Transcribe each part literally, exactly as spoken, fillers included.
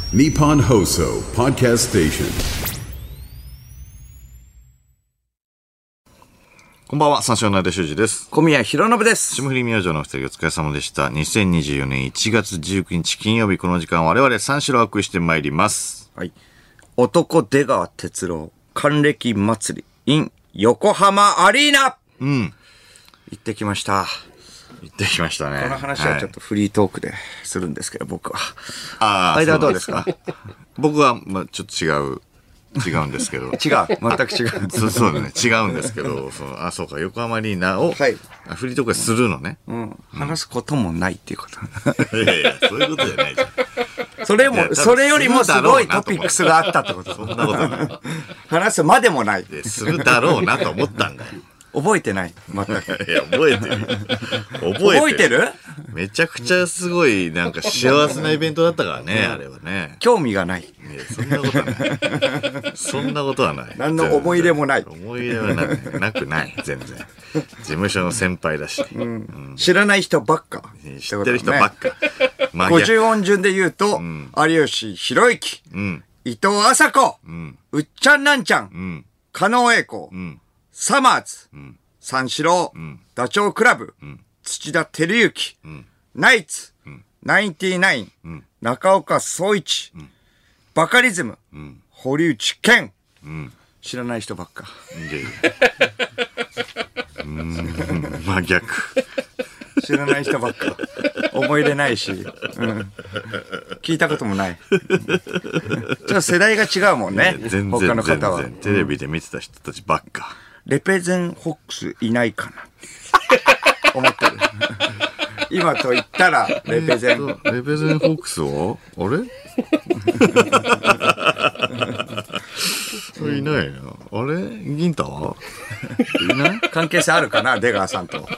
Nippon Hoso Podcast Station。 こんばんは、三四郎の間修二です。 小宮弘信です。 霜降り明星のお二人お疲れ様でした。にせんにじゅうよねんいちがつじゅうくにち金曜日、この時間我々三四郎をお送りしてまいります。 はい。男出川哲朗還暦祭り in 横浜アリーナ。 うん。 行ってきました。 行ってきましたね。 この話はちょっとフリートークでするんですけど、はい、僕は。 ああ。 間はどうですか？ 僕は、まあちょっと違う。違うんですけど。違う。 全く違う。 そうそうだね。違うんですけど、そのあ、そうか、横浜アリーナを、はい、フリートークするのね。 うん。話すこともないっていうこと。 いやいや、そういうことじゃないじゃん。 それも、それよりもすごいトピックスがあったってこと。 そんなことない。 話すまでもない。 するだろうなと思ったんだよ。 覚えてない。全く。 いや、覚えてる。覚えてる。 覚えてる？ めちゃくちゃすごい、なんか幸せなイベントだったからね、あれはね。 興味がない。いや、そんなことはない。そんなことはない。 何の思い入れもない。 思い入れはなくなくない。全然。事務所の先輩だし。 うんうん、知らない人ばっか。 知ってる人ばっか。 ごじゅう音順で言うと、うん、有吉弘行、うん、伊藤麻子、うん、うっちゃんなんちゃん、うん、加納栄子、うん、サマーズ、うん、三四郎、うん、ダチョウ倶楽部、うん、土田照之、うん、ナイツ、うん、ナインティナイン、うん、中岡総一、うん、バカリズム、うん、堀内健、うん、知らない人ばっか。いやいやうーん、真逆。 知らない人ばっか。思い入れないし、うん、聞いたこともない。ちょっと世代が違うもんね。 全然他の方は。 全然テレビで見てた人たちばっか。 レペゼンホックスいないかな思ってる。今と言ったらレペゼン。 レペゼンホックスはあれいないな。あれ銀太はいない関係性あるかな出川さんと。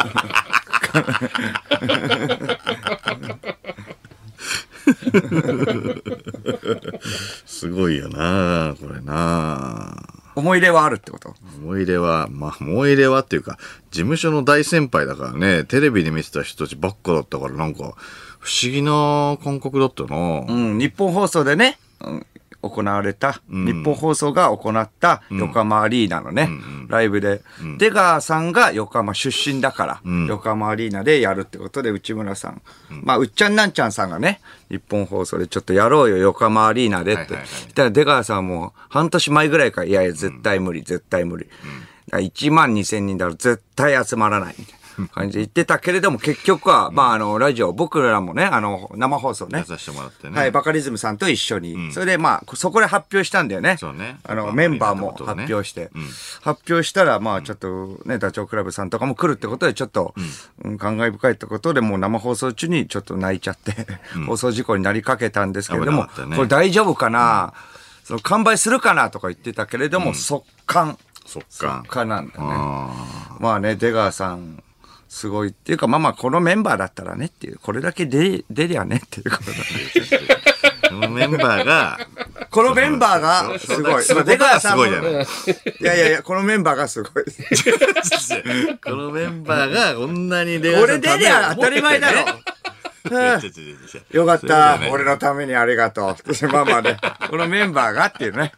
すごいよなこれな。 思い入れはあるってこと？ 思い入れはまあ思い入れはっていうか事務所の大先輩だからね。テレビで見てた人たちばっかだったからなんか不思議な感覚だったな。 うん、日本放送でね、うん、行われた、うん、日本放送が行った横浜アリーナのね、うん、ライブで、うん、出川さんが横浜出身だから、うん、横浜アリーナでやるってことで内村さん、うん、まあうっちゃんなんちゃんさんがね日本放送でちょっとやろうよ横浜アリーナでって、はいはいはい、言ったら出川さんも半年前ぐらいからいやいや絶対無理、うん、絶対無理、うん、いちまんにせんにんだろ絶対集まらないみたいな感じで言ってたけれども、結局は、まあ、あの、ラジオ、僕らもね、あの、生放送ね。 出させてもらってね。 はい、バカリズムさんと一緒に。うん、それで、まあ、そこで発表したんだよね。 そうね。 あの、メンバーも発表して。ねうん、発表したら、まあ、ちょっとね、ダチョウ倶楽部さんとかも来るってことで、ちょっと、うん、感慨深いってことで、もう生放送中にちょっと泣いちゃって、うん、放送事故になりかけたんですけれども、ね、これ大丈夫かな、うん、その完売するかなとか言ってたけれども、うん、速乾。 速乾。 速乾なんだね。まあね、出川さん、すごいっていうか、まあまあ、このメンバーだったらねっていう、これだけ出、出りゃねっていうことだね。 このメンバーが、 このメンバーがすごい。 出川さんも。すごいじゃない。 いやいやいや、このメンバーがすごい。 このメンバーがこんなに出川さん。これ出りゃ当たり前だろ。よかった、俺のためにありがとう。まあまあね、このメンバーがっていうね。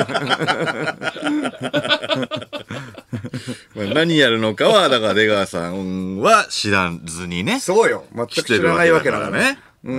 何やるのかは、だから出川さんは知らずにね。 そうよ。全く知らないわけだからね。うん。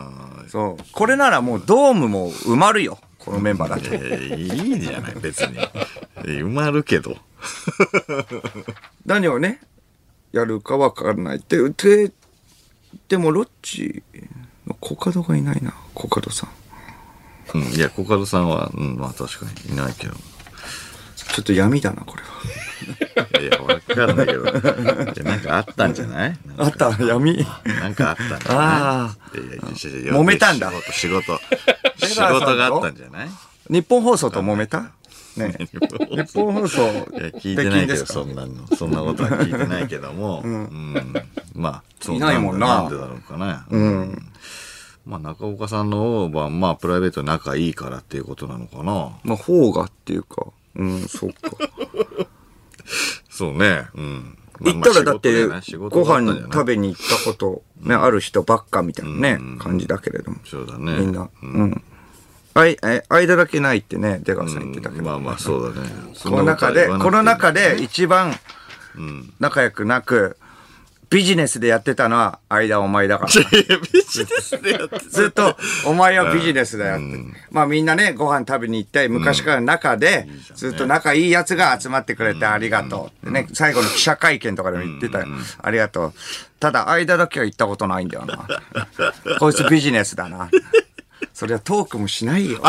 そう。これならもうドームも埋まるよ。このメンバーだって。 えー、いいじゃない、別に。埋まるけど。 何をね、やるかわかんないって。で、でもロッチのコカドがいないな、コカドさん。うん、いや、コカドさんは、うん、まあ確かにいないけど。 ちょっと闇だな、これは。 いや、わかんないけど。なんかあったんじゃないあった、闇。 なんかあったんじゃないああ。揉めたんだ。 仕事、仕事。仕事があったんじゃない日本放送と揉めたね、日本放送。いや、聞いてないけど、そんなの。そんなことは聞いてないけども。うんうん、まあ、 そういないもんな。 なんでだろうかね。うん。まあ、中岡さんの方は、まあ、プライベート仲いいからっていうことなのかな。 まあ、方がっていうか。うん、そうか。 そうね。うん。 行ったらだってまあ仕事ご飯だよね仕事だったんじゃない食べに行ったことね、ある人ばっかみたいなね、感じだけれども。 そうだね。 みんな。うん。あい、え間だけないってね、出川さん言ってたけど。 まあまあそうだね。 この中で、この中で一番仲良くなく、ビジネスでやってたのは間お前だから。 ビジネスでやってずっとお前はビジネスだよって。まあみんなね、ご飯食べに行って昔から中でずっと仲いいやつが集まってくれてありがとうってね、最後の記者会見とかでも言ってたよ。ありがとう。ただ間だけは行ったことないんだよな。こいつビジネスだな。そりゃトークもしないよ。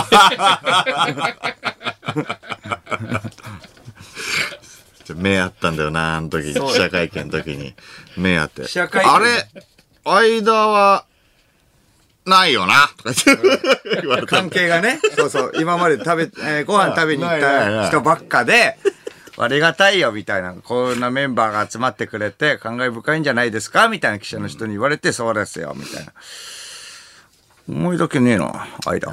目あったんだよな、あの時、記者会見の時に。目あって。 記者会見あれ間は、ないよなとか言われた。 関係がね、そうそう、今まで食べ、えーご飯食べに行った人ばっかで、ありがたいよみたいな、こんなメンバーが集まってくれて、感慨深いんじゃないですかみたいな記者の人に言われて、そうですよ、みたいな。思いだけねえな、間。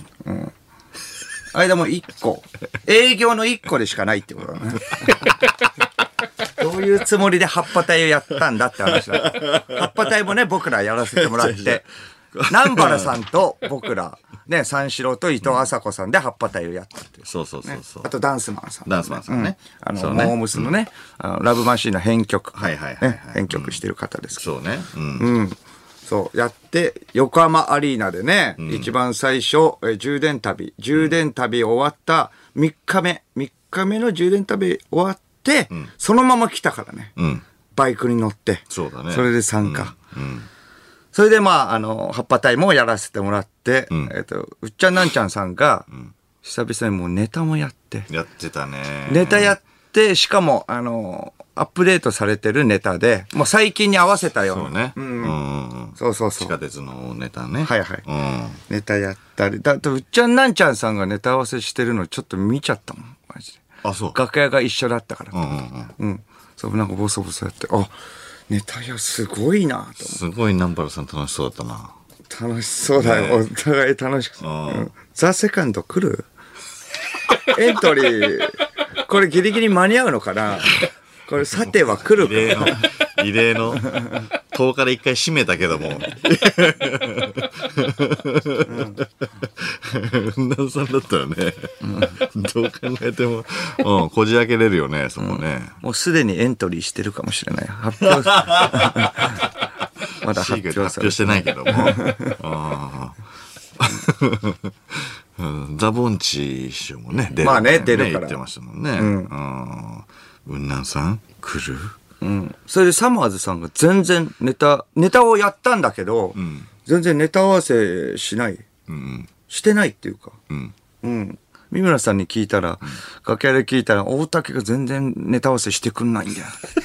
間も一個。営業の一個でしかないってことだね。どういうつもりで葉っぱ隊をやったんだって話だ。葉っぱ隊もね、僕らやらせてもらって、南原さんと僕ら、ね、三四郎と伊藤麻子さんで葉っぱ隊をやったっていう。 そうそうそうそう。 あとダンスマンさん。 ダンスマンさんね。 あの、 そうねモームスのね、あのラブマシーンの編曲。 はいはいはいはいね編曲してる方ですけど。 そうね。うん。 うん。そう、やって、横浜アリーナでね、一番最初、え充電旅、充電旅終わったみっかめ、みっかめの充電旅終わって、そのまま来たからね。 うん。 バイクに乗って。 そうだねそれで参加。それでまあ、あの、葉っぱ隊もやらせてもらって、えっと、うっちゃんなんちゃんさんが、久々にもうネタもやって、 やってたね。 ネタやって、しかも、あの、アップデートされてるネタで、もう最近に合わせたような。 そうね。うんうんうん。 そうそうそう。 地下鉄のネタね。 はいはいうん。 ネタやったり。だって、うっちゃんなんちゃんさんがネタ合わせしてるのちょっと見ちゃったもん。マジで。 あ、そう。 楽屋が一緒だったから。 うんうんうん。 うん。そう、なんかボソボソやって、あ、ネタやすごいなとすごい南原さん楽しそうだったな。 思って。楽しそうだよ。お互い楽しくて。うんザ・セカンド来るエントリー、これギリギリ間に合うのかなこれさては来る異例かの、異例の、とおかで一回閉めたけども。うんなさんだったらね、どう考えても、うん、こじ開けれるよね、そこね。 もうすでにエントリーしてるかもしれない。発表まだ発表され発表してないけども。あーうんザ・ボンチ師匠もね、出るまあね出るから言ってましたもんね。うん。雲南さん来るうん。それでサマーズさんが全然ネタ、ネタをやったんだけど、全然ネタ合わせしない。 うん。 してないっていうか。 うん。 うん。三村さんに聞いたら、楽屋で聞いたら、大竹が全然ネタ合わせしてくんないんだよ。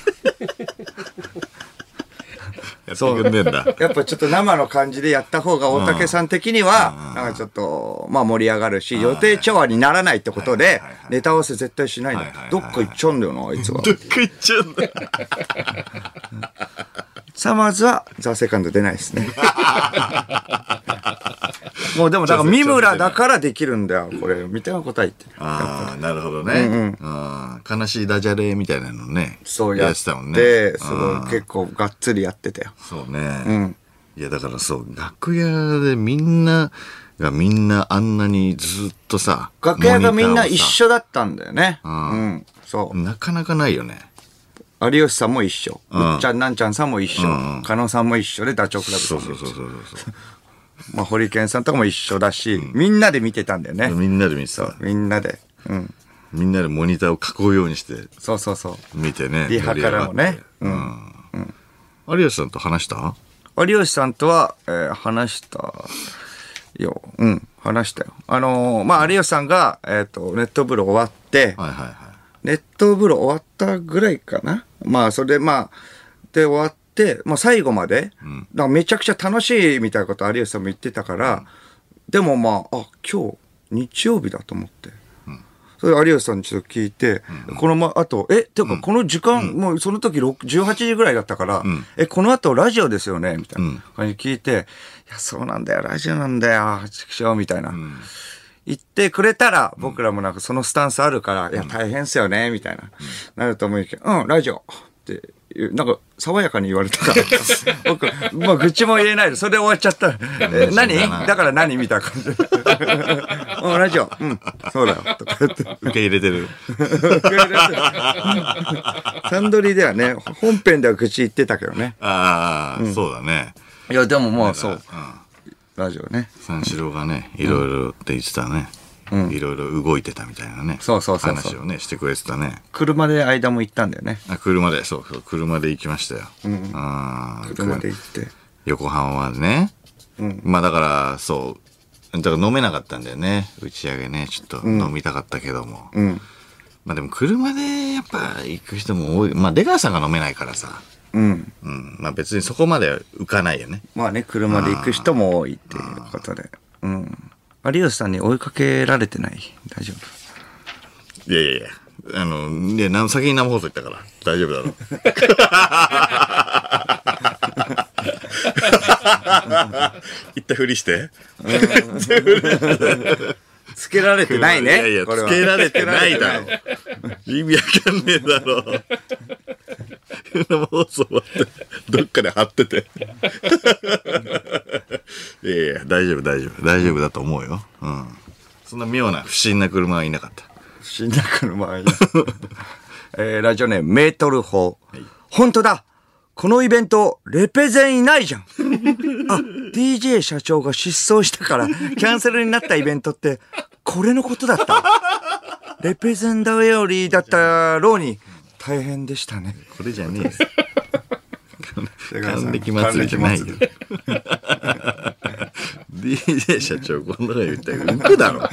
やってくんねえんだ。 やっぱちょっと生の感じでやった方が大竹さん的には、なんかちょっと、まあ盛り上がるし、予定調和にならないってことで、ネタ合わせ絶対しないんだよ。どっか行っちゃうんだよな、あいつは。 どっか行っちゃうんだ。 サマーズはザ・セカンド出ないですね。もうでもだから三村だからできるんだよ、これ。みたいな答えって。 ああ、なるほどね。うん悲しいダジャレみたいなのね。 そうやっってたもんね。 て、すごい結構がっつりやってたよ。 そうね。いや、だからそう、楽屋でみんながみんなあんなにずっとさ、 楽屋がみんな一モニ緒だったんだよね。 んうん。そターをさなかなかないよね。 う。有吉さんも一緒。 んうっちゃんなんちゃんさんも一緒。加納さんも一緒でダチョウ倶楽部さんも一緒。 そうそうそうそうそう。 まあ、ホリケンさんとかも一緒だし、みんなで見てたんだよね。 みんなで見てた。 みんなで。うん。 みんなでモニターを囲うようにしてそうそうそう。 見てね。 リハからもね。 盛り上がってうん。有吉さんと話した有吉さんとは、えー話したよ。うん、話したよ。あのーまあ、有吉さんが、えっ、と、ネット風呂終わって、 はいはいはい。 ネット風呂終わったぐらいかな。まあ、それで、まあ、で終わって、まあ、最後まで、だからめちゃくちゃ楽しいみたいなこと有吉さんも言ってたから、でもまあ、あ、今日、日曜日だと思って。それ有吉さんにちょっと聞いて、このま、あと、え、てかこの時間、もうその時ろくじゅうはちじぐらいだったから、え、この後ラジオですよねみたいな感じで聞いて、いや、そうなんだよ、ラジオなんだよ、ちくしょうみたいな。言ってくれたら、僕らもなんかそのスタンスあるから、いや、大変っすよねみたいな。なると思うけど、うん、ラジオ。 ってなんか爽やかに言われたから僕まあ愚痴も言えないでそれで終わっちゃったえ何だから何みたいな感じでうんラジオうんそうだよとか言って受け入れてる。 サンドリではね本編では愚痴言ってたけどねああ、そうだね。 いやでもまあそううん。 ラジオね三四郎がね、いろいろって言ってたね。いろいろ動いてたみたいなね。 そうそうそうそう話をね、してくれてたね。 車で間も行ったんだよねあ、車で、そうそう、車で行きましたよ。あー車で行って横浜はね。まあだから、そう。だから飲めなかったんだよね。打ち上げね。ちょっと飲みたかったけども。 うんまあでも車でやっぱ行く人も多い。まあ出川さんが飲めないからさ。 うんうん。まあ別にそこまでは浮かないよね。 まあね車で行く人も多いっていうことでうん有吉さんに追いかけられてない大丈夫いやいやいや。あの、いや、な先に生放送行ったから大丈夫だろう。行ったふりして。 つけられてないねいやいや、 これはつけられてないだろ。意味わかんねえだろ。生放送終わって、どっかで貼ってて。いやいや、大丈夫、大丈夫。大丈夫だと思うよ。うん。そんな妙な不審な車はいなかった。 死んだ車はいいえー、ラジオネームメートル砲、はい、本当だこのイベントレペゼンいないじゃんあ ディージェー 社長が失踪したからキャンセルになったイベントってこれのことだったレペゼンダウェオリーだったろうに大変でしたねこれじゃねえよ還暦祭りじゃないよディージェー 社長こんなの言ったら浮くだろ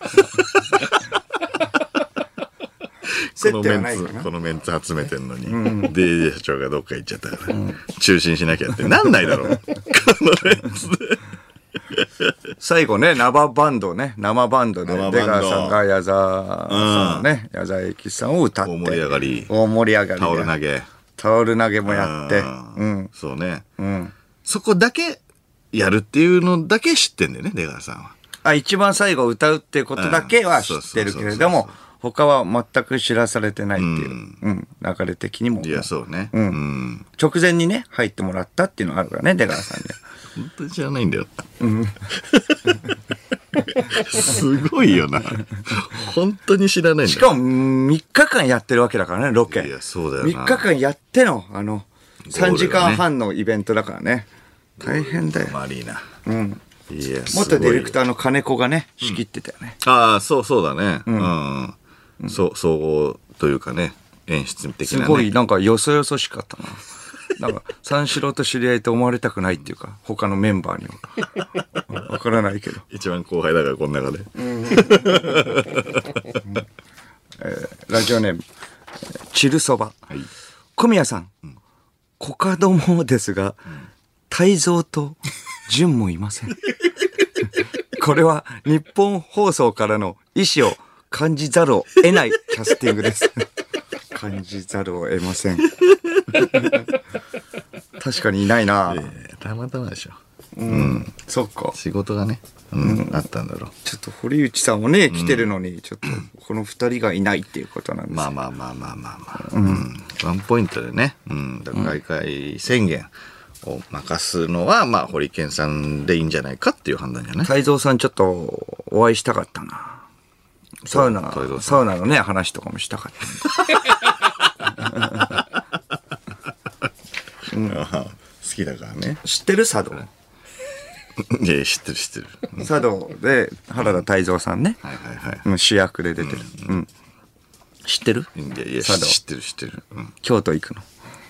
このメンツ、このメンツ集めてんのに、うん、ディージェー 社長がどっか行っちゃったから、うん、中心しなきゃってなんないだろうこのメンツで最後ね生バンドね生バンドで出川さんが矢沢さんね、うん、矢沢永吉さんを歌って大盛り上がり大盛り上がりタオル投げタオル投げもやって、うん、 そうね、 うん、 そこだけやるっていうのだけ知ってんだよね出川さんはあ一番最後歌うっていうことだけは知ってるけれども他は全く知らされてないっていう、うんうん、流れ的にもいやそうね、 うんうん、直前にね入ってもらったっていうのがあるからね出川さんに本当に知らないんだよ、うん、すごいよな本当に知らないんだよしかもみっかかんやってるわけだからねロケいやそうだよなみっかかんやってのあのさんじかんはんのイベントだからね大変だよマリーナうんいや元ディレクターの金子がね仕切ってたよね、 うん、ああそうそうだねうん、うんうん、そう総合というかね演出的なねすごいなんかよそよそしかったななんか三四郎と知り合いと思われたくないっていうか他のメンバーにはわからないけど一番後輩だからこの中で、うんえー、ラジオネームチルそば、はい、小宮さん、うん、コカドもですが、うん、泰造と純もいませんこれは日本放送からの意思を感じざるを得ないキャスティングです感じざるを得ません確かにいないな、 えー、たまたまでしょうん、うん、そっか仕事がね、うんうん、あったんだろうちょっと堀内さんもね来てるのに、うん、ちょっとこの二人がいないっていうことなんですまあまあまあまあまあまあ、うんうん、ワンポイントでね、うん、だから開会宣言を任すのはまあ堀健さんでいいんじゃないかっていう判断じゃない泰造さんちょっとお会いしたかったなサウナサウナのね話とかもしたかったうん、好きだからね知ってる茶道いや知ってる知ってる茶道で原田泰造さんね、 はいはいはい、 主役で出てる、うんうん、知ってるいやいや知ってる知ってる、うん、 京都行くの、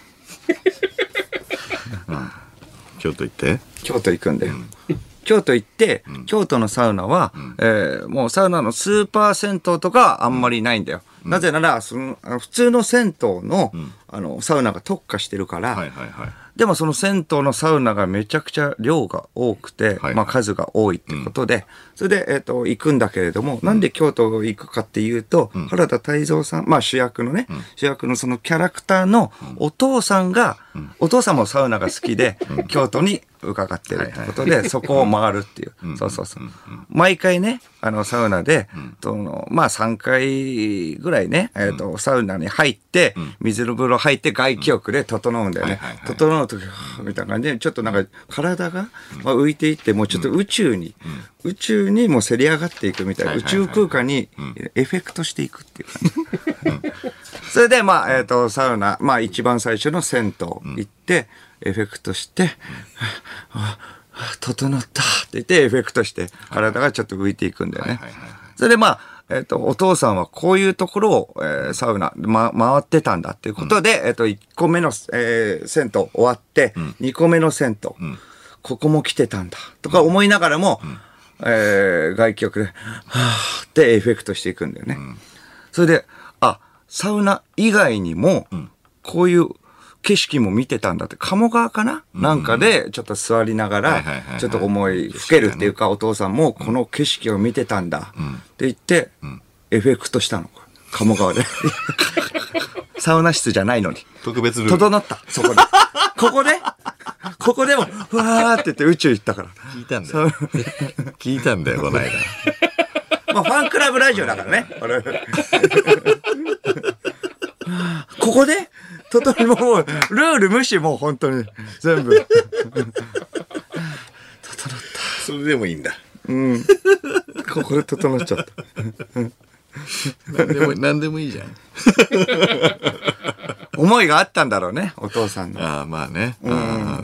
うん、京都行って京都行くんだよ、うん京都行って、うん、京都のサウナは、うんえー、もうサウナのスーパー銭湯とかあんまりないんだよ。うん、なぜならその普通の銭湯の、うん、あのサウナが特化してるから、はいはいはい、でもその銭湯のサウナがめちゃくちゃ量が多くて、はいはいまあ、数が多いってことで、うん、それで、えーと、行くんだけれども、うん、なんで京都行くかっていうと、うん、原田泰造さん、まあ主役のね、うん、主役のそのキャラクターのお父さんが、うん、お父さんもサウナが好きで、うん、京都に伺ってるってことで、そこを回るっていう。そうそうそう。毎回ね、あの、サウナで、その、まあさんかいぐらいね、えっと、サウナに入って、水風呂入って外気浴で整うんだよね。整うとき、みたいな感じで、ちょっとなんか体がまあ浮いていって、もうちょっと宇宙に、宇宙にもうせり上がっていくみたいな、宇宙空間にエフェクトしていくっていう感じ。それで、まあ、えっと、サウナ、まあ一番最初の銭湯行って、エフェクトして、ああ整ったって言ってエフェクトして体がちょっと浮いていくんだよね。それでまあ、えっと、お父さんはこういうところを、えー、サウナ、ま、回ってたんだっていうことで、うん、えっと、いっこめの、えー、銭湯終わって、うん、にこめの銭湯、うん、ここも来てたんだとか思いながらも、うん、えー、外気浴で、はぁってエフェクトしていくんだよね。うん、それで、あ、サウナ以外にも、こういう景色も見てたんだって、鴨川かな、うん、なんかで、ちょっと座りながら、ちょっと思いふけるっていうか、お父さんもこの景色を見てたんだって言って、エフェクトしたの。鴨川で。サウナ室じゃないのに。 特別ルール。 整った、そこで。ここで、ここでも、ふわーって言って宇宙行ったから。 聞いたんだよ。聞いたんだよ、この間。 まあ、ファンクラブラジオだからね。ここでととももう、ルール無視もう本当に、全部。整った。 それでもいいんだ。 うん。ここで整っちゃった。 何でも、何でもいいじゃん。 思いがあったんだろうね、お父さんの。 ああ、まあね。 うん。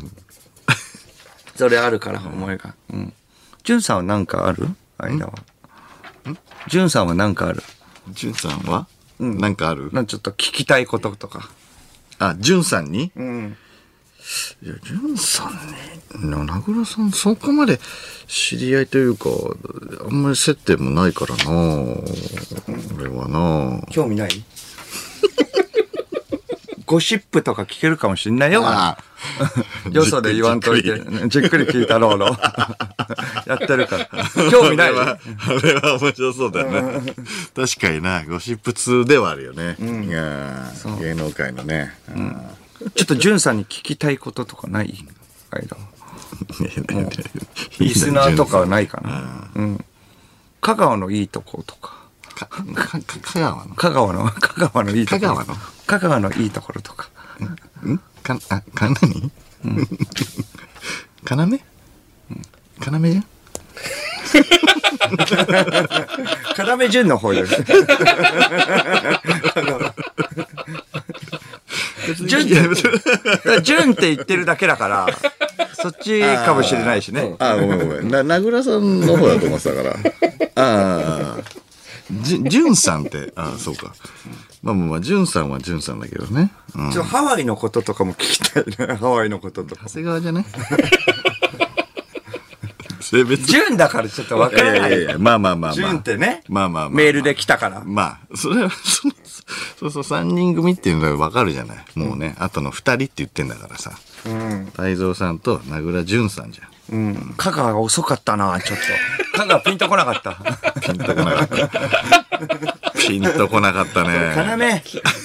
それあるから、思いが。うん。ジュンさんは何かある間は。んジュンさんは何かあるジュンさんはうん。なんかあるなんちょっと聞きたいこととか。 あ、ジュンさんにうん。 いや、ジュンさんね、名倉さん、そこまで知り合いというか、あんまり接点もないからな、俺はな。 興味ないゴシップとか聞けるかもしんないよ。よそで言わんといて。じっくり聞いたろうろ。やってるから。興味ない。 あれは面白そうだよね。確かにな、ゴシップ通ではあるよね。うん、芸能界のね。 うん、ちょっとジュンさんに聞きたいこととかない間は。リスナーとかはないかな。うん。香川のいいとことか。 か、か、香川の香川の、香川のいいところ。 香川の香川のいいところとか。 んか、あ、か、なにうん。かなめかなめじゃんかなめじゅんの方よ。ジュンって言ってるだけだから、そっちかもしれないしね。 ああ、ごめんごめん。な、名倉さんの方だと思ってたから。ああ。じ、ジュンさんって、ああ、そうか。まあまあまあ、ジュンさんはジュンさんだけどね。 うん、ちょ、ハワイのこととかも聞きたいね。ハワイのこととか。 長谷川じゃね性別。ジュンだからちょっとわからない。いやいやまあまあまあまあ。 ジュンってね。 まあまあまあ、まあ。 メールで来たから。 まあ、それは、そそうそう、さんにん組っていうのはわかるじゃない。もうね、あとのふたりって言ってんだからさ。うん。泰造さんと名倉潤さんじゃん。 うん。香川が遅かったな、ちょっと。香川ピンとこなかった。 ピンとこなかった。ピンとこなかったね。 かなめ。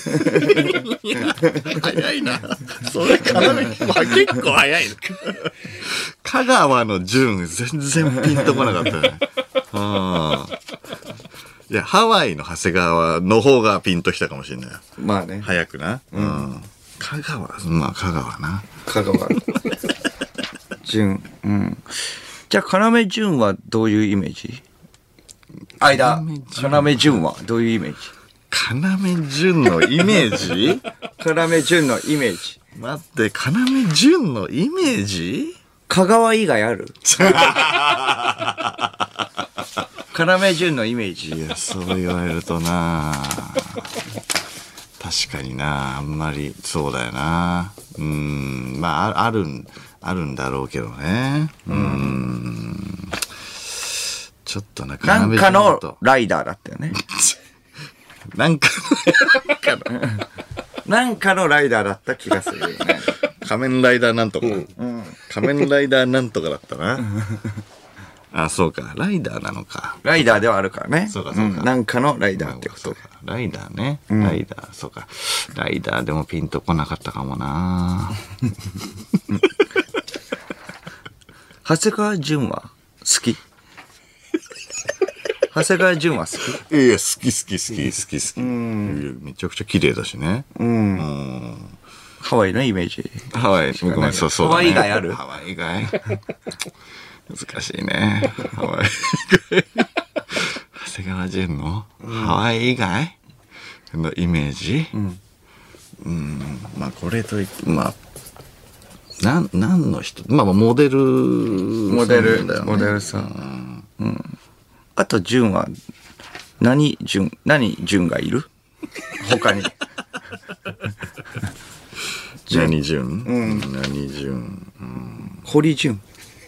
早いな。それかなめ、結構早い。香川の潤、全然ピンとこなかったね。うん。いや、ハワイの長谷川の方がピンときたかもしれない。 まあね。 早くな。うん。香川、まあ香川な。 香川。潤。うん。じゃあ、かなめ潤はどういうイメージ間、かなめ潤はどういうイメージかなめ潤のイメージかなめ潤のイメージ。 待って、かなめ潤のイメージ香川以外あるかなめ潤のイメージ。 いや、そう言われるとな確かになあんまり、そうだよなうん、まあ、あるん、あるんだろうけどね。うん。うんちょっとな、 なんかのライダーだったよね。 なんかの、 なんかのライダーだった気がするよね。 仮面ライダーなんとか。うん、仮面ライダーなんとかだったな。あ、そうか。ライダーなのか。 ライダーではあるからね。 そうか、そうか、 うん。なんかのライダーってことか。 ライダーね。ライダー、うん、そうか。ライダーでもピンとこなかったかもな。 長谷川淳は好き長谷川淳は好きいやいや、好き好き好き好き好き。うんめちゃくちゃ綺麗だしね。うん。 ハワイのイメージ。 ハワイ、ごめん、そうそう、ね。 ハワイ以外ある？ ハワイ以外難しいね。ハワイ以外。長谷川淳の、うん、ハワイ以外のイメージ、うん、うん、まあこれといまあなん、なんの人まあモデルモデルだよ、ね、モデルさん、うんうん、あと淳は何淳何淳がいる他に何淳、うん、何淳、うん、 堀淳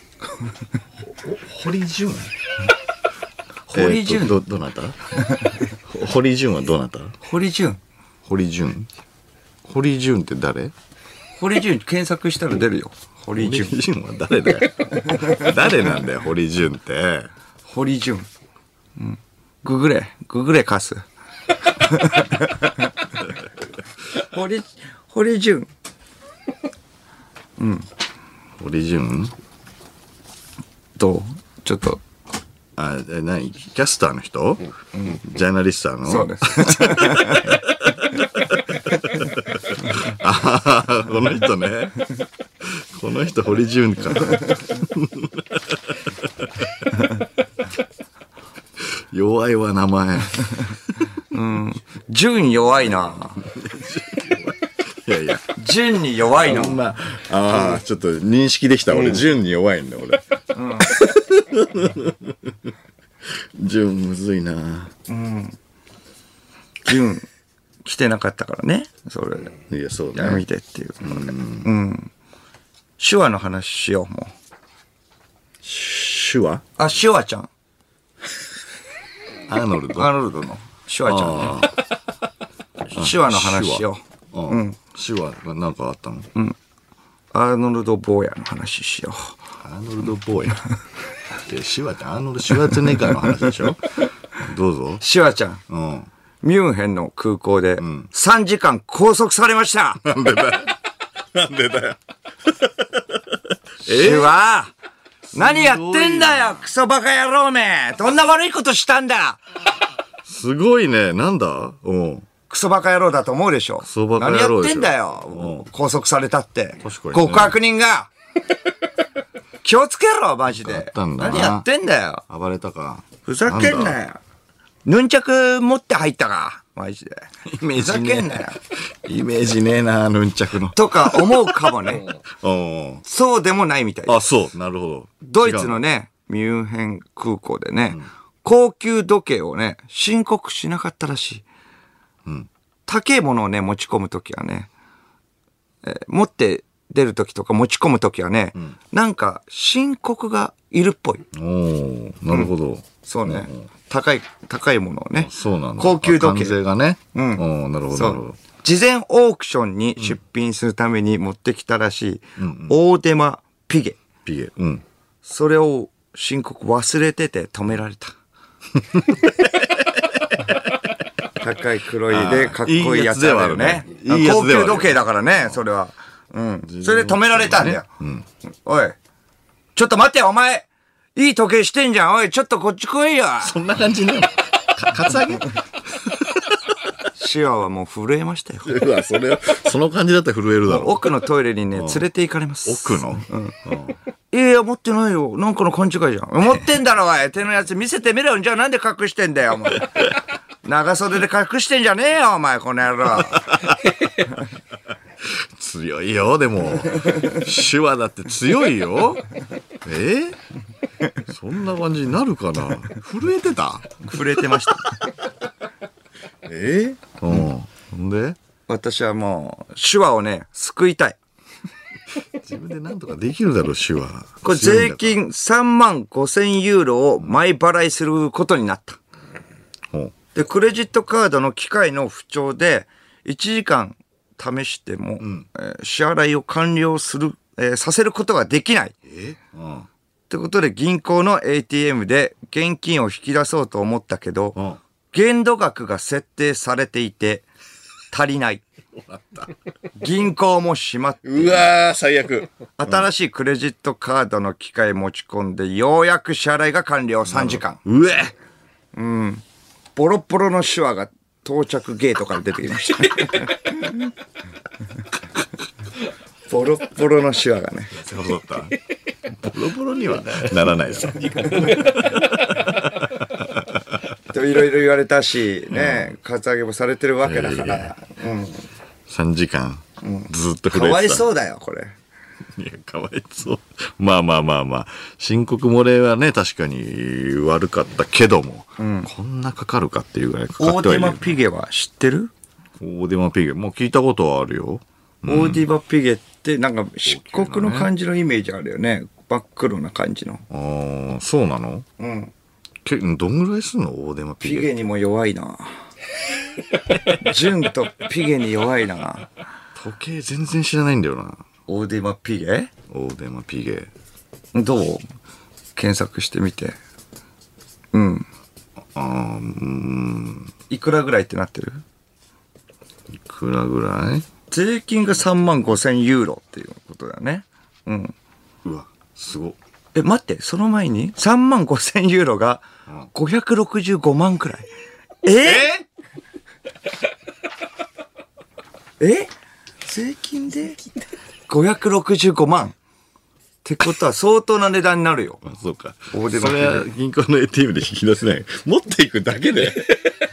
堀淳堀淳、 えー、どどなた堀淳はどなた堀淳堀淳堀淳って誰堀淳検索したら出るよ。堀淳堀淳は誰だよ誰なんだよ堀淳って堀淳、うん、ググれググれカス堀堀淳うん堀淳どうちょっとあ、え、何キャスターの人、うん、ジャーナリスターのそうですああこの人ねこの人堀淳か弱いわ名前うん淳弱いないやいや淳に弱いのまああ、うん、ちょっと認識できた俺淳、うん、に弱いんだ俺淳、うん、むずいなうん淳来てなかったからねそれでいやそうねやめてっていううん、うん、手話の話しようもう手話あ手話ちゃんアーノルドアーノルドの手話ちゃんね手話の話しよううん、手話が何かあったのうんアーノルド・ボーヤの話しようアーノルド・ボーヤ手話ってアーノルド・シュワルツェネッガーの話でしょどうぞ手話ちゃん、うん、ミュンヘンの空港でさんじかん拘束されました、 うん、なんでだよなんでだよ手話何やってんだよクソバカ野郎めどんな悪いことしたんだすごいねなんだうんクソバカ野郎だと思うでしょクソバカ野郎でしょ何やってんだよ拘束されたって確かに、ね、 極悪人が気をつけろマジで何やってんだよ暴れたかふざけんなよヌンチャク持って入ったかマジでイメージねふざけんなよイメージねえなヌンチャクのとか思うかもねそうでもないみたいですあそうなるほどドイツのねミュンヘン空港でね、うん、高級時計をね申告しなかったらしい、うん、高いものをね持ち込むときはね、えー、持って出るときとか持ち込むときはね、うん、なんか申告がいるっぽいおーなるほど、うん、 そうね、うん、高い高いものをねそうなんだ高級時計関税がねうんおなるほどなるほど事前オークションに出品するために持ってきたらしい、うんうん、オーデマピゲピゲうんそれを申告忘れてて止められた高い黒いでかっこいいやつだよね。いい高級時計だからね、それは。うん。それで止められたんだよ。うん、おい、ちょっと待ってよ、お前。いい時計してんじゃん。おい、ちょっとこっち来いよ。 そんな感じね。か、カツアゲシアはもう震えましたよ。 うわ、それは、その感じだったら震えるだろう。 奥のトイレにね、連れて行かれます。 奥のうん。 いやいや、持ってないよ。なんかの勘違いじゃん。持ってんだろ、おい。手のやつ見せてみろよ。じゃあなんで隠してんだよ、お前。長袖で隠してんじゃねえよ、お前、この野郎。 強いよ、でも。手話だって強いよ。えー、そんな感じになるかな。震えてた震えてました。 えー、うん。ほんで私はもう、手話をね、救いたい。 自分でなんとかできるだろう、手話。 これ税金さんまんごせんユーロを前払いすることになった。うん、で、クレジットカードの機械の不調で、いちじかん試しても、うんえー、支払いを完了する、えー、させることができない。えうん、ってことで銀行の エーティーエム で現金を引き出そうと思ったけど、うん、限度額が設定されていて足りない。 銀行も閉まって、 うわー、最悪。 新しいクレジットカードの機械持ち込んで、ようやく支払いが完了さんじかん。 うえボロボロの手話が到着ゲートから出てきました。ボロボロの手話がね。 そうだった。ボロボロにはならないだろ。 といろいろ言われたし、ね、カツアゲもされてるわけだから。 さんじかん、ずっと震えてた。 かわいそうだよ、これ。 いや、かわいそう。まあまあまあまあ。申告漏れはね、確かに悪かったけども、こんなかかるかっていうぐらいかかってはいる。 オーディマピゲは知ってる？ オーディマピゲ。もう聞いたことはあるよ。 オーディマピゲってなんか漆黒の感じのイメージあるよね。真っ黒な感じの。 ああ、そうなの？ うん。 けどんぐらいすんのオーディマピゲ。 ピゲにも弱いな。純とピゲに弱いな。 時計全然知らないんだよな。 オーディマピゲ？ オーディマピゲ。 どう？検索してみて。うん。 ああ、うん。 いくらぐらいってなってる？ いくらぐらい？ 税金がさんまんごせんユーロっていうことだよね。うん。 うわ、すごっ。 え、待って、その前にさんまんごせんユーロがごひゃくろくじゅうごまんくらい。えええ税金でごひゃくろくじゅうごまんってことは相当な値段になるよ。 あ、そうか。 オーディマピゲ。 それは銀行の エーティーエム で引き出せない。持っていくだけで。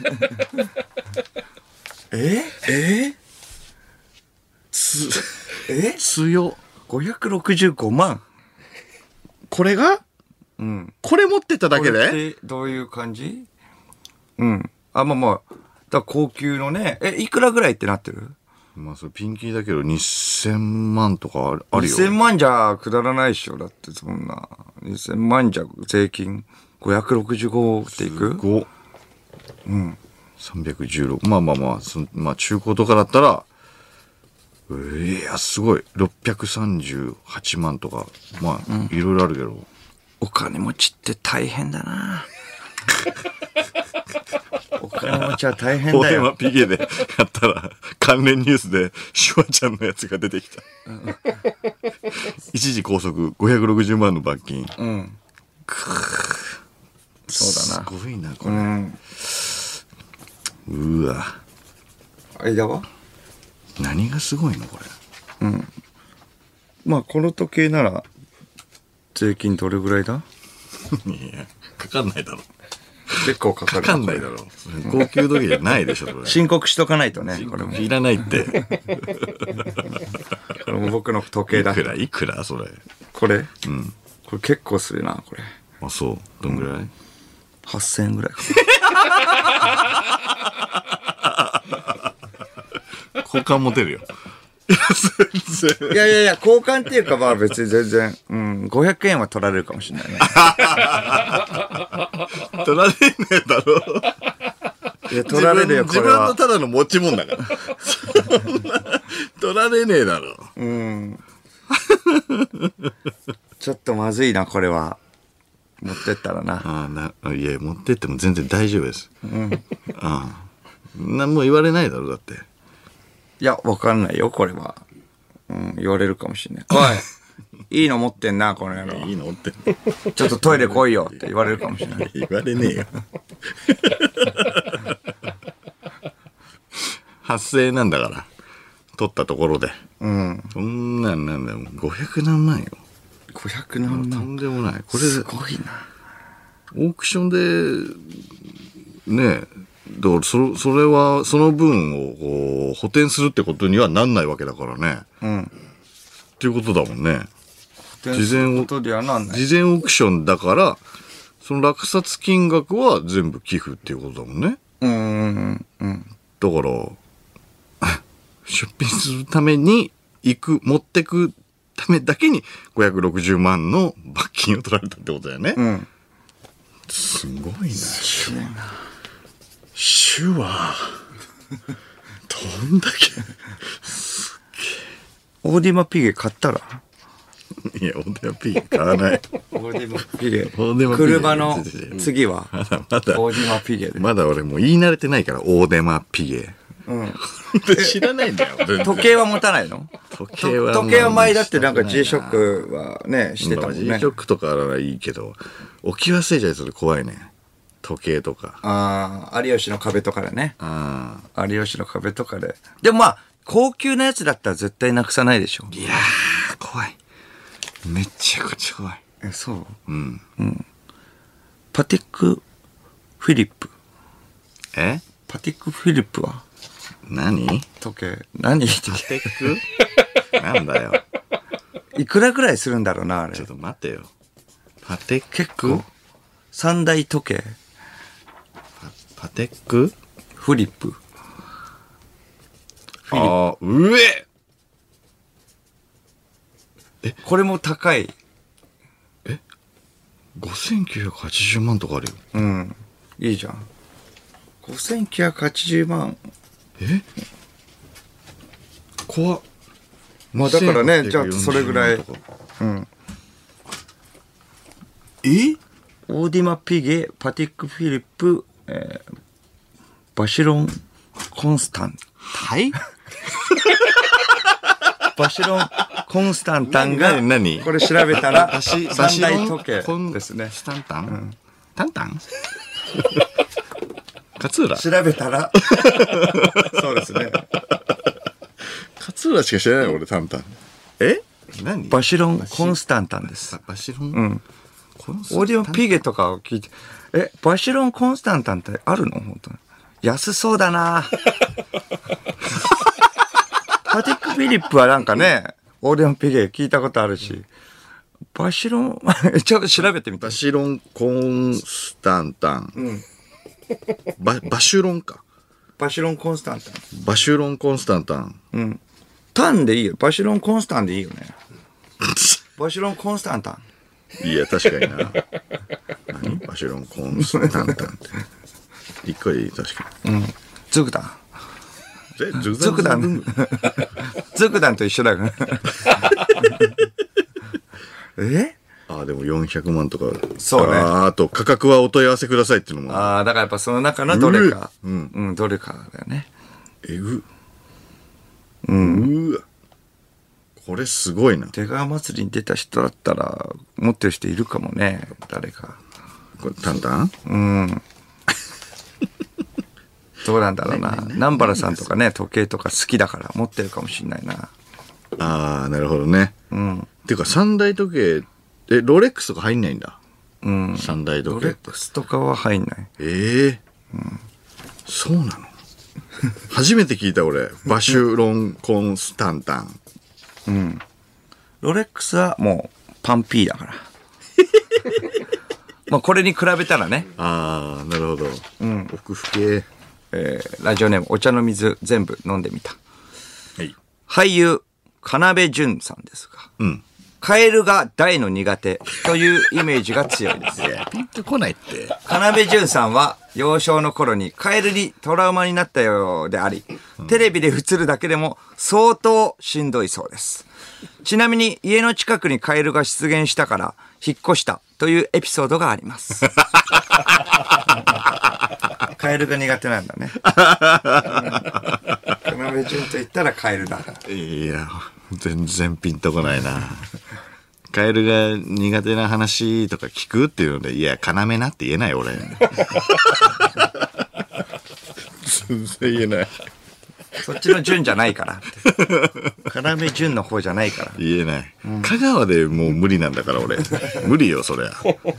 ええつ、 え強。 ごひゃくろくじゅうごまん。 これがうん。 これ持ってただけこれっでてどういう感じ？うん。あ、まあまあ。だから高級のね。え、いくらぐらいってなってる？ まあ、それピンキーだけどにせんまんとかあるあるよ。 にせんまんじゃくだらないっしょ。だってそんな。にせんまんじゃ税金ごひゃくろくじゅうごっていく？ ご。うん。さんびゃくじゅうろく。まあまあまあ、そまあ中古とかだったら、えー、いや、すごい。ろっぴゃくさんじゅうはちまんとか。まあ、いろいろあるけど。 お金持ちって大変だな。お金持ちは大変だよ。 オーデマピゲでやったら、関連ニュースでシュワちゃんのやつが出てきた。一時拘束ごひゃくろくじゅうまんの罰金。 うん。そうだな。 すごいな、これ。 うん。 うわ。 間は？ 何がすごいのこれ。 うん。まあ、この時計なら、税金どれぐらいだ？ いや、かかんないだろ。 結構かかる。 かかんないだろ。高級時計じゃないでしょ、これ。 申告しとかないとね、これも。 いらないって。 これも僕の時計だ。 いくらいくらそれ。 これ？ うん。 これ結構するな、これ。 あ、そう。どんぐらい？うん、 はっせんえんぐらいかな。交換持てるよ。 いやいやいや、交換っていうかまあ別に全然、うん、ごひゃくえんは取られるかもしれないね。 取られねえだろ。 いや、取られるよ、これは。 自分のただの持ち物だから。そんな、取られねえだろ。 うん。ちょっとまずいな、これは。持ってったらな。 ああ、な、いや、持ってっても全然大丈夫です。うん。ああ。何も言われないだろ、だって。 いや、わかんないよ、これは。うん、言われるかもしれない。おい、いいの持ってんな、この野郎。 いいの持ってんの。ちょっとトイレ来いよって言われるかもしれない。 言われねえよ。発生なんだから。取ったところで。 うん。 そんなんなんだよ。ごひゃくなんまんよ。 ごひゃくなんまん。 とんでもない。これ、 すごいな。 オークションで、ねえ、だからそそれはその分をこう補填するってことにはなんないわけだからね。うん。っていうことだもんね。 事前ことではなんない。 事前オークションだからその落札金額は全部寄付っていうことだもんね。 うんうんうん。 だから出品するために行く持ってくためだけにごひゃくろくじゅうまんの罰金を取られたってことだよね。うん。すごいな。すごいな。手話どんだけすっげえ。オーディマピゲ買ったら？ いや、オーディマピゲ買わない。 オーディマピゲ。 オーディマピゲ。 車の次は？ まだまだ。 オーディマピゲで。 まだ俺もう言い慣れてないから、オーデマピゲ。 知らないんだよ。 時計は持たないの？ 時計は。 時計は前だってなんか G ショックはね、してたもんね。 G ショックとかはいいけど、起き忘れちゃうと怖いね。時計とか。 ああ、有吉の壁とかでね。 あ有吉の壁とかで。でもまあ、高級なやつだったら絶対なくさないでしょ。 いやー、怖い。めちゃくちゃ怖い。 え、そう？ うん。 うん。パティック・フィリップ。 え？ パティック・フィリップは何？ 時計。何？ パテック？なんだよ。 いくらぐらいするんだろうな、あれ。 ちょっと待ってよ。パテック？ 結構三大時計。 パ、パテック？ フリップ。 ああ、うええ、これも高い。 え ?ごせんきゅうひゃくはちじゅうまんとかあるよ。 うん。いいじゃん。ごせんきゅうひゃくはちじゅうまん。 え怖っ。 まあだからね、じゃあそれぐらい。うん。 えオーディマ・ピゲ、パティック・フィリップ、えー、バシロン・コンスタン。 はいバシロン・コンスタンタンが、 何これ調べたら、 バシ三大時計ですね。 スタンタン、うん、タンタン勝浦調べたら、そうですね。 勝浦しか知らない俺、タンタン。え何バシロン・コンスタンタンです。 バシロン、 うん。オーディオン・ピゲとかを聞いて、え、バシロン・コンスタンタンってあるの本当に。安そうだなパティック・フィリップはなんかね、オーディオン・ピゲ聞いたことあるし、バシロン、ちょっと調べてみて。 バシロン・コンスタンタン。 うん。 バ、バシュロンか。 バシロン・コンスタンタン。 バシュロン・コンスタンタン。 うん。タンでいいよ。バシロン・コンスタンでいいよね。バシロン・コンスタンタン。 いや、確かにな。何バシュロン・コンスタンタンって。一回確かに。うん。ズクダン。 え、ズズクダン。ズクダンと一緒だよね。えああ、でもよんひゃくまんとか。 そうね。 ああと価格はお問い合わせくださいっていうのも。 ああ、だからやっぱその中のどれか。うん。うん、どれかだよね。 えぐ。 うん。 うわ。これすごいな。 出川祭りに出た人だったら、持ってる人いるかもね。誰か。 これ、タンタン？ うん。どうなんだろうな。南原さんとかね、時計とか好きだから持ってるかもしんないな。 ああ、なるほどね。 うん。 っていうか、三大時計、え、ロレックスとか入んないんだ。 うん。 三大時計。 ロレックスとかは入んない。 ええー。うん。そうなの初めて聞いた俺。バシュロン・コンスタンタン。 うん。ロレックスはもうパンピーだから。まあこれに比べたらね。 ああ、なるほど。 うん。 奥深け。 えー、ラジオネームお茶の水全部飲んでみた。 はい。 俳優、金部潤さんですが。 うん。 カエルが大の苦手というイメージが強いです。 いや、ピンとこないって。 金部潤さんは幼少の頃にカエルにトラウマになったようであり、うん、テレビで映るだけでも相当しんどいそうです。ちなみに家の近くにカエルが出現したから引っ越したというエピソードがあります。カエルが苦手なんだね。金部潤と言ったらカエルだ。 いや、全然ピンとこないな。カエルが苦手な話とか聞くっていうので、いや、要なって言えない俺。全然言えない。 そっちの順じゃないから。要順の方じゃないから。 言えない。うん、香川でもう無理なんだから俺。無理よ、そりゃ。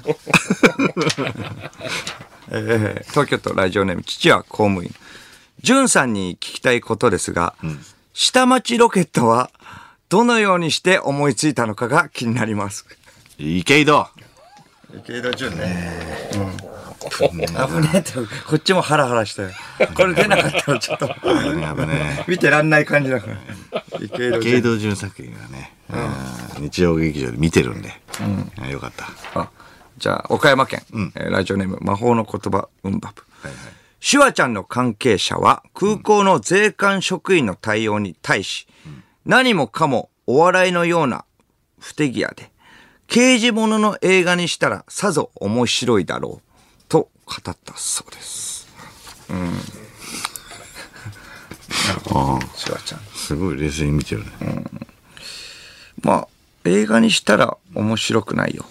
えー、東京都ラジオネーム父は公務員。潤さんに聞きたいことですが、うん、下町ロケットはどのようにして思いついたのかが気になります。 池井戸。 池井戸潤ね。うん。危ねえって、こっちもハラハラしたよ。これ出なかったらちょっと危ね危ね見てらんない感じだから。 池井戸潤作品はね、うん、日曜劇場で見てるんで、うん、よかった。 あ、じゃあ岡山県、うん、えー、ラジオネーム魔法の言葉うんばぶ。はいはい、シュワちゃんの関係者は空港の税関職員の対応に対し、うん、何もかもお笑いのような不手際で刑事物の映画にしたらさぞ面白いだろうと語ったそうです。うん、 あシュワちゃん。 すごい冷静に見てるね。うん、 まあ、映画にしたら面白くないよ。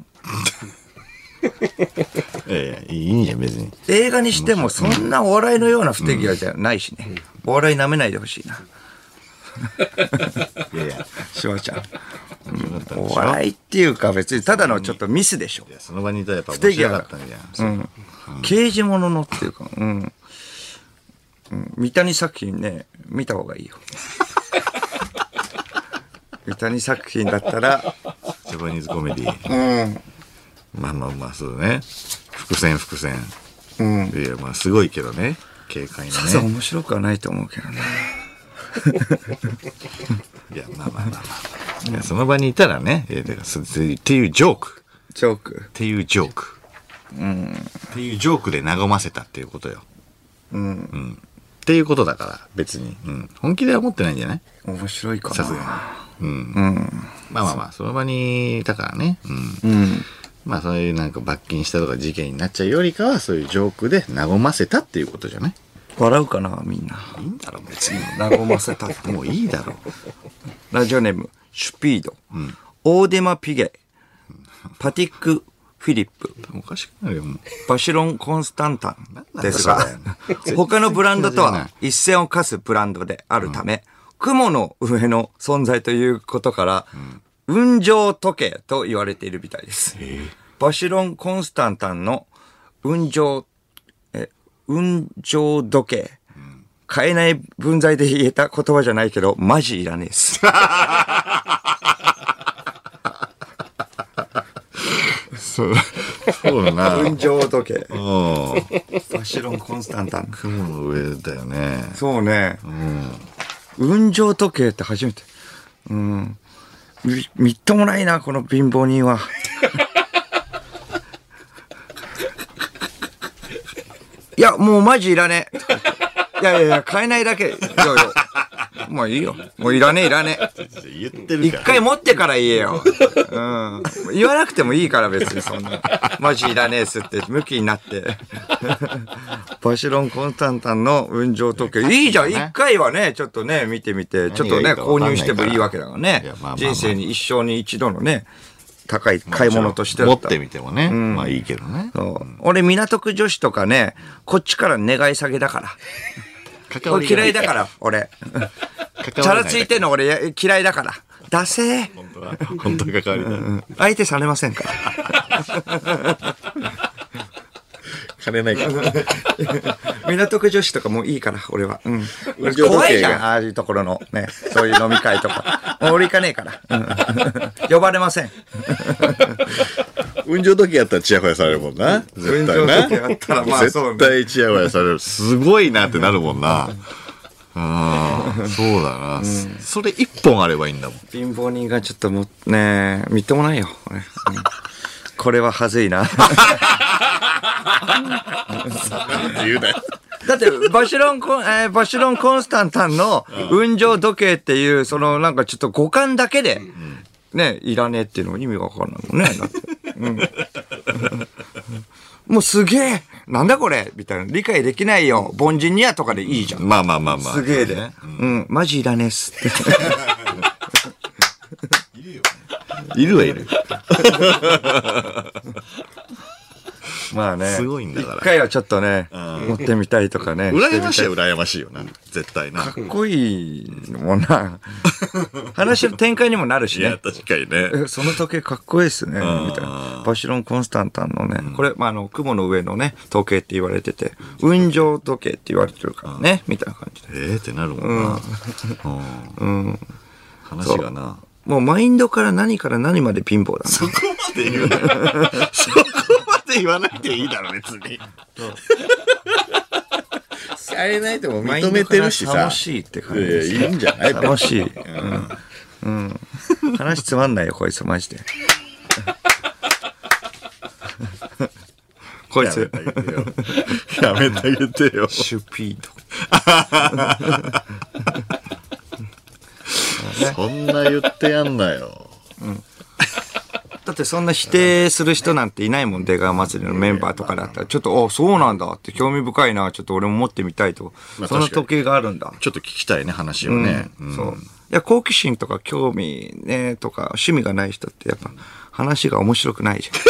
ええ、いいんじゃん、別に。 映画にしてもそんなお笑いのような不手際じゃないしね。お笑い舐めないでほしいな。 いやいや、 シュワちゃん。うん、お笑いっていうか別にただのちょっとミスでしょ。 いや、その場にいたらやっぱ面白かったんじゃん。うん。 刑事物のっていうか、うん。うん、三谷作品ね、見た方がいいよ。三谷作品だったら。 ジャパニーズコメディ。うん。まあまあまあ、そうね。伏線伏線。うん。いや、まあすごいけどね。軽快なね。 さすが面白くはないと思うけどね。 いや、まあまあまあまあ。いや、その場にいたらね、えー、っていうジョーク。 ジョーク。 っていうジョーク。うん。っていうジョークで和ませたっていうことよ。うん。うん。っていうことだから、別に。うん。本気では思ってないんじゃない？ 面白いかな。 さすがに。うん。うん。まあまあまあ、その場にいたからね。うん。うん。まあそういうなんか罰金したとか事件になっちゃうよりかは、そういうジョークで和ませたっていうことじゃない？ 笑うかな、みんな。 いいんだろ、別に。 和ませたって。 もういいだろ。 ラジオネーム、シュピード。うん、オーデマ・ピゲ。パティック・フィリップ。 おかしくなるよ、もう。 バシロン・コンスタンタンですが、他のブランドとは一線を課すブランドであるため、うん、雲の上の存在ということから、うん、雲上時計と言われているみたいです。バシロン・コンスタンタンの雲上、え、雲上時計。うん、買えない分際で言えた言葉じゃないけど、マジいらねえっす。 そう、そうだな。 雲上時計。バシロン・コンスタンタン。 雲の上だよね。 そうね。うん、雲上時計って初めて。うん。み、みっともないな、この貧乏人は。いや、もうマジいらねえ。いやいやいや、買えないだけ。いやいや、もういいよ。もういらねえいらねえ。 言ってるから。 一回持ってから言えよ。うん。言わなくてもいいから別にそんな。マジいらねえっすって、向きになって。バシロン・コンスタンタンの雲上時計。いいじゃん。一回はね、ちょっとね、見てみて、ちょっとね、購入してもいいわけだからね。人生に一生に一度のね。高い買い物として持ってみてもね、うん、まあいいけどね。 そう、うん、俺港区女子とかね、こっちから願い下げだから。俺嫌いだから俺。チャラついてんの俺嫌いだから。ダセー。 本当は本当は関わりない、うん。 相手されませんから。 金ないから。 港区女子とかもういいから俺は。うん。怖いじゃん、ああいうところのね、そういう飲み会とか。俺行かねえから。うん、呼ばれません。 雲上時計やったらチヤホヤされるもんな。絶対な。絶対チヤホヤされる。すごいなってなるもんな。ああ、そうだな、うん。それ一本あればいいんだもん。 貧乏人がちょっともね、みっともないよ。これ、うん、これははずいな。 言うなよ。 だってバシロンコン、えー、バシロンコンスタンタンの雲上時計っていうそのなんかちょっと五感だけでね、いらねえっていうのも意味がわかんないもんね。だって、うん、もうすげえなんだこれみたいな理解できないよ凡人にはとかでいいじゃん。 まあまあまあまあ。 すげえで、ね、うん、うん、マジいらねえっすって。 いるよ。いるはいる。 まあね。 すごいんだから。 一回はちょっとね、持ってみたいとかね。 羨ましいは羨ましいよな。絶対な。 かっこいいもんな。話の展開にもなるしね。 いや、確かにね。 その時計かっこいいっすね。みたいな。バシロン・コンスタンタンのね、これ、まあ、あの、雲の上のね、時計って言われてて、雲上時計って言われてるからね、みたいな感じで。 ええってなるもんな。うん。話がな。 もうマインドから何から何まで貧乏だな。 そこまで言うな。そこまで言わなくていいだろ、別に。使えないとも認めてるしさ。 楽しいって感じです。 いいんじゃない？ 楽しい。うんうん。話つまんないよ、こいつ、マジで。こいつ。 やめてあげてよ。 シュピード。そんな言ってやんなよ。 うん。だってってそんな否定する人なんていないもん、出川祭りのメンバーとかだったら、ちょっと、あ、そうなんだって興味深いな、ちょっと俺も持ってみたいと。まあ、その時計があるんだ。 ちょっと聞きたいね、話をね。 うんうん、そう。いや、好奇心とか興味ね、とか趣味がない人ってやっぱ話が面白くないじゃん。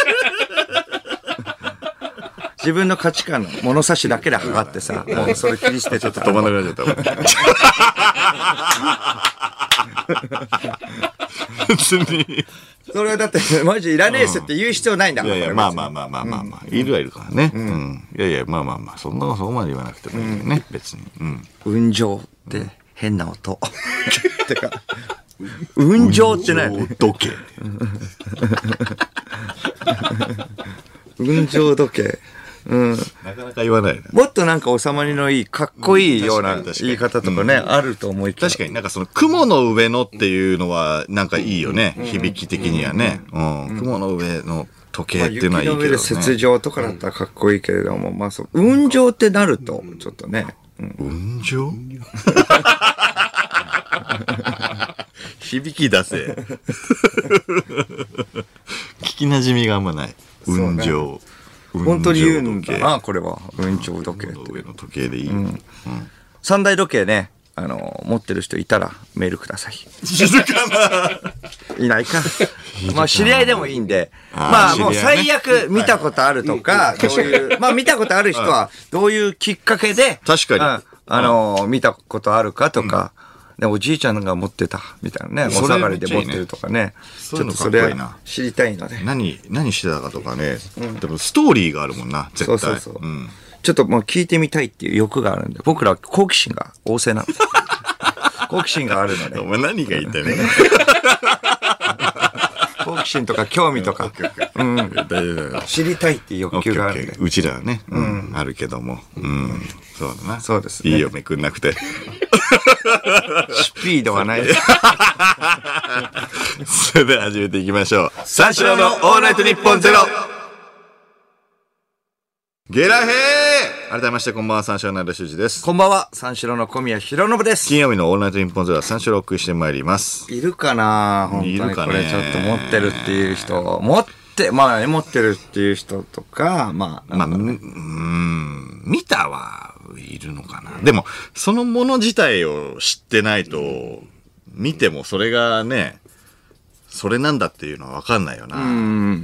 自分の価値観の物差しだけで測ってさ、もうそれ切り捨ててたら。 止まんなくなっちゃった。別に。 それはだって、マジいらねえっすって言う必要ないんだから。 いやいや、まあまあまあまあまあまあ、うん、いるはいるからね。うん。うん、いやいや、まあまあまあ、そんな、そこまで言わなくてもいいよね、うん、別に。うん。 雲上って変な音。てか、雲上って何？ 雲上時計。 雲上時計。うん、 なかなか言わないね。 もっとなんか収まりのいい、かっこいいような言い方とかね、うん、あると思いきや。 確かになんかその雲の上のっていうのはなんかいいよね。うん、響き的にはね、うんうん。雲の上の時計っていうのはいいけどね。 雪の上で雪上とかだったらかっこいいけれども、まあそう、雲上ってなると、ちょっとね。 うん、雲上響き出せ。聞き馴染みがあんまない。雲上。 本当に言うんだな、これは。雲上時計って。 上の時計でいい。うんうん、 三大時計ね、あの、持ってる人いたらメールください。 静かな。 いないか。まあ、知り合いでもいいんで。まあ、もう最悪見たことあるとか、どういう、まあ、見たことある人は、どういうきっかけで、 確かに。 あの、見たことあるかとか、でおじいちゃんが持ってたみたいなね、お下がりで持ってるとかね、ちょっとそれ知りたいので。 何、何してたかとかね、でもストーリーがあるもんな、絶対。そうそうそう。 ちょっともう聞いてみたいっていう欲があるんで、僕らは好奇心が旺盛なんで。好奇心があるので。 お前何が言いたいの？ 好奇心とか興味とか、うん、知りたいっていう欲求があるんで。 うちらはね、うん、あるけども、うん、そうだな。 そうですね。 いいよ、めくんなくて。 スピードはない。 それでは始めていきましょう。三四郎のオールナイトニッポンゼロ。ゲラヘー。改めましてこんばんは、三四郎の間修二です。 こんばんは、三四郎の小宮浩信です。 金曜日のオールナイトニッポンゼロは三四郎をお送りしてまいります。 いるかな本当にこれちょっと持ってるっていう人、持ってまあね持ってるっていう人とか、まあ、 まあ、うん、見たはいるのかな。でもそのもの自体を知ってないと、見てもそれがね、それなんだっていうのは分かんないよな。うん、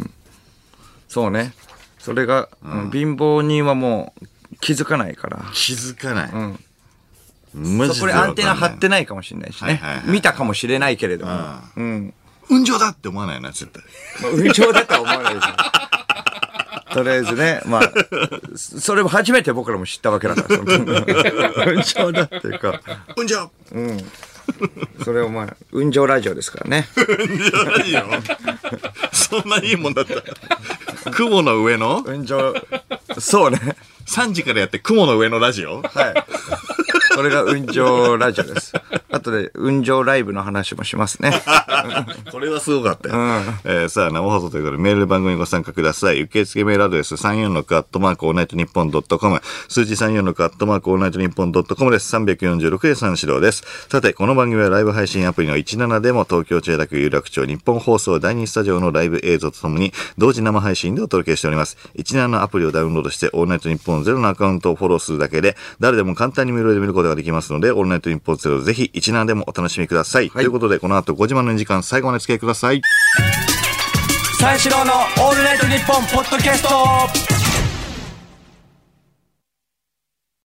そうね。それが、うん、貧乏人はもう気づかないから。 気づかない。うん。 マジで。そこでアンテナ張ってないかもしれないしね。はいはいはい、見たかもしれないけれども。うん。 雲上だって思わないよな、絶対。 雲上だとは思わないですよ。とりあえずね、まあ、それも初めて僕らも知ったわけだから。雲上だっていうか。 雲上。 うん。それをまあ、雲上ラジオですからね。 雲上ラジオそんないいもんだった。雲の上の雲上。そうね。 さんじからやって雲の上のラジオ？ はい。これが雲上ラジオです。あとで雲上ライブの話もしますね。 これはすごかったよ。うん、えー、さあ、生放送ということでメール番組にご参加ください。受付メールアドレスさんよんろくアットマークオールナイトニッポンドットコム、数字さんよんろくアットマークオールナイトニッポンドットコムです。さんびゃくよんじゅうろくで三四郎です。さて、この番組はライブ配信アプリのじゅうななでも東京千代田区有楽町日本放送だいにスタジオのライブ映像とともに同時生配信でお届けしております。じゅうななのアプリをダウンロードしてオールナイトニッポンゼロのアカウントをフォローするだけで誰でも簡単に無料で見ることができますので、オールナイトニッポンゼロぜひじゅうななでもお楽しみください。はい、ということで、この後ごじまでの時間最後までお付き合いください。 三四郎のオールナイトニッポンポッドキャスト。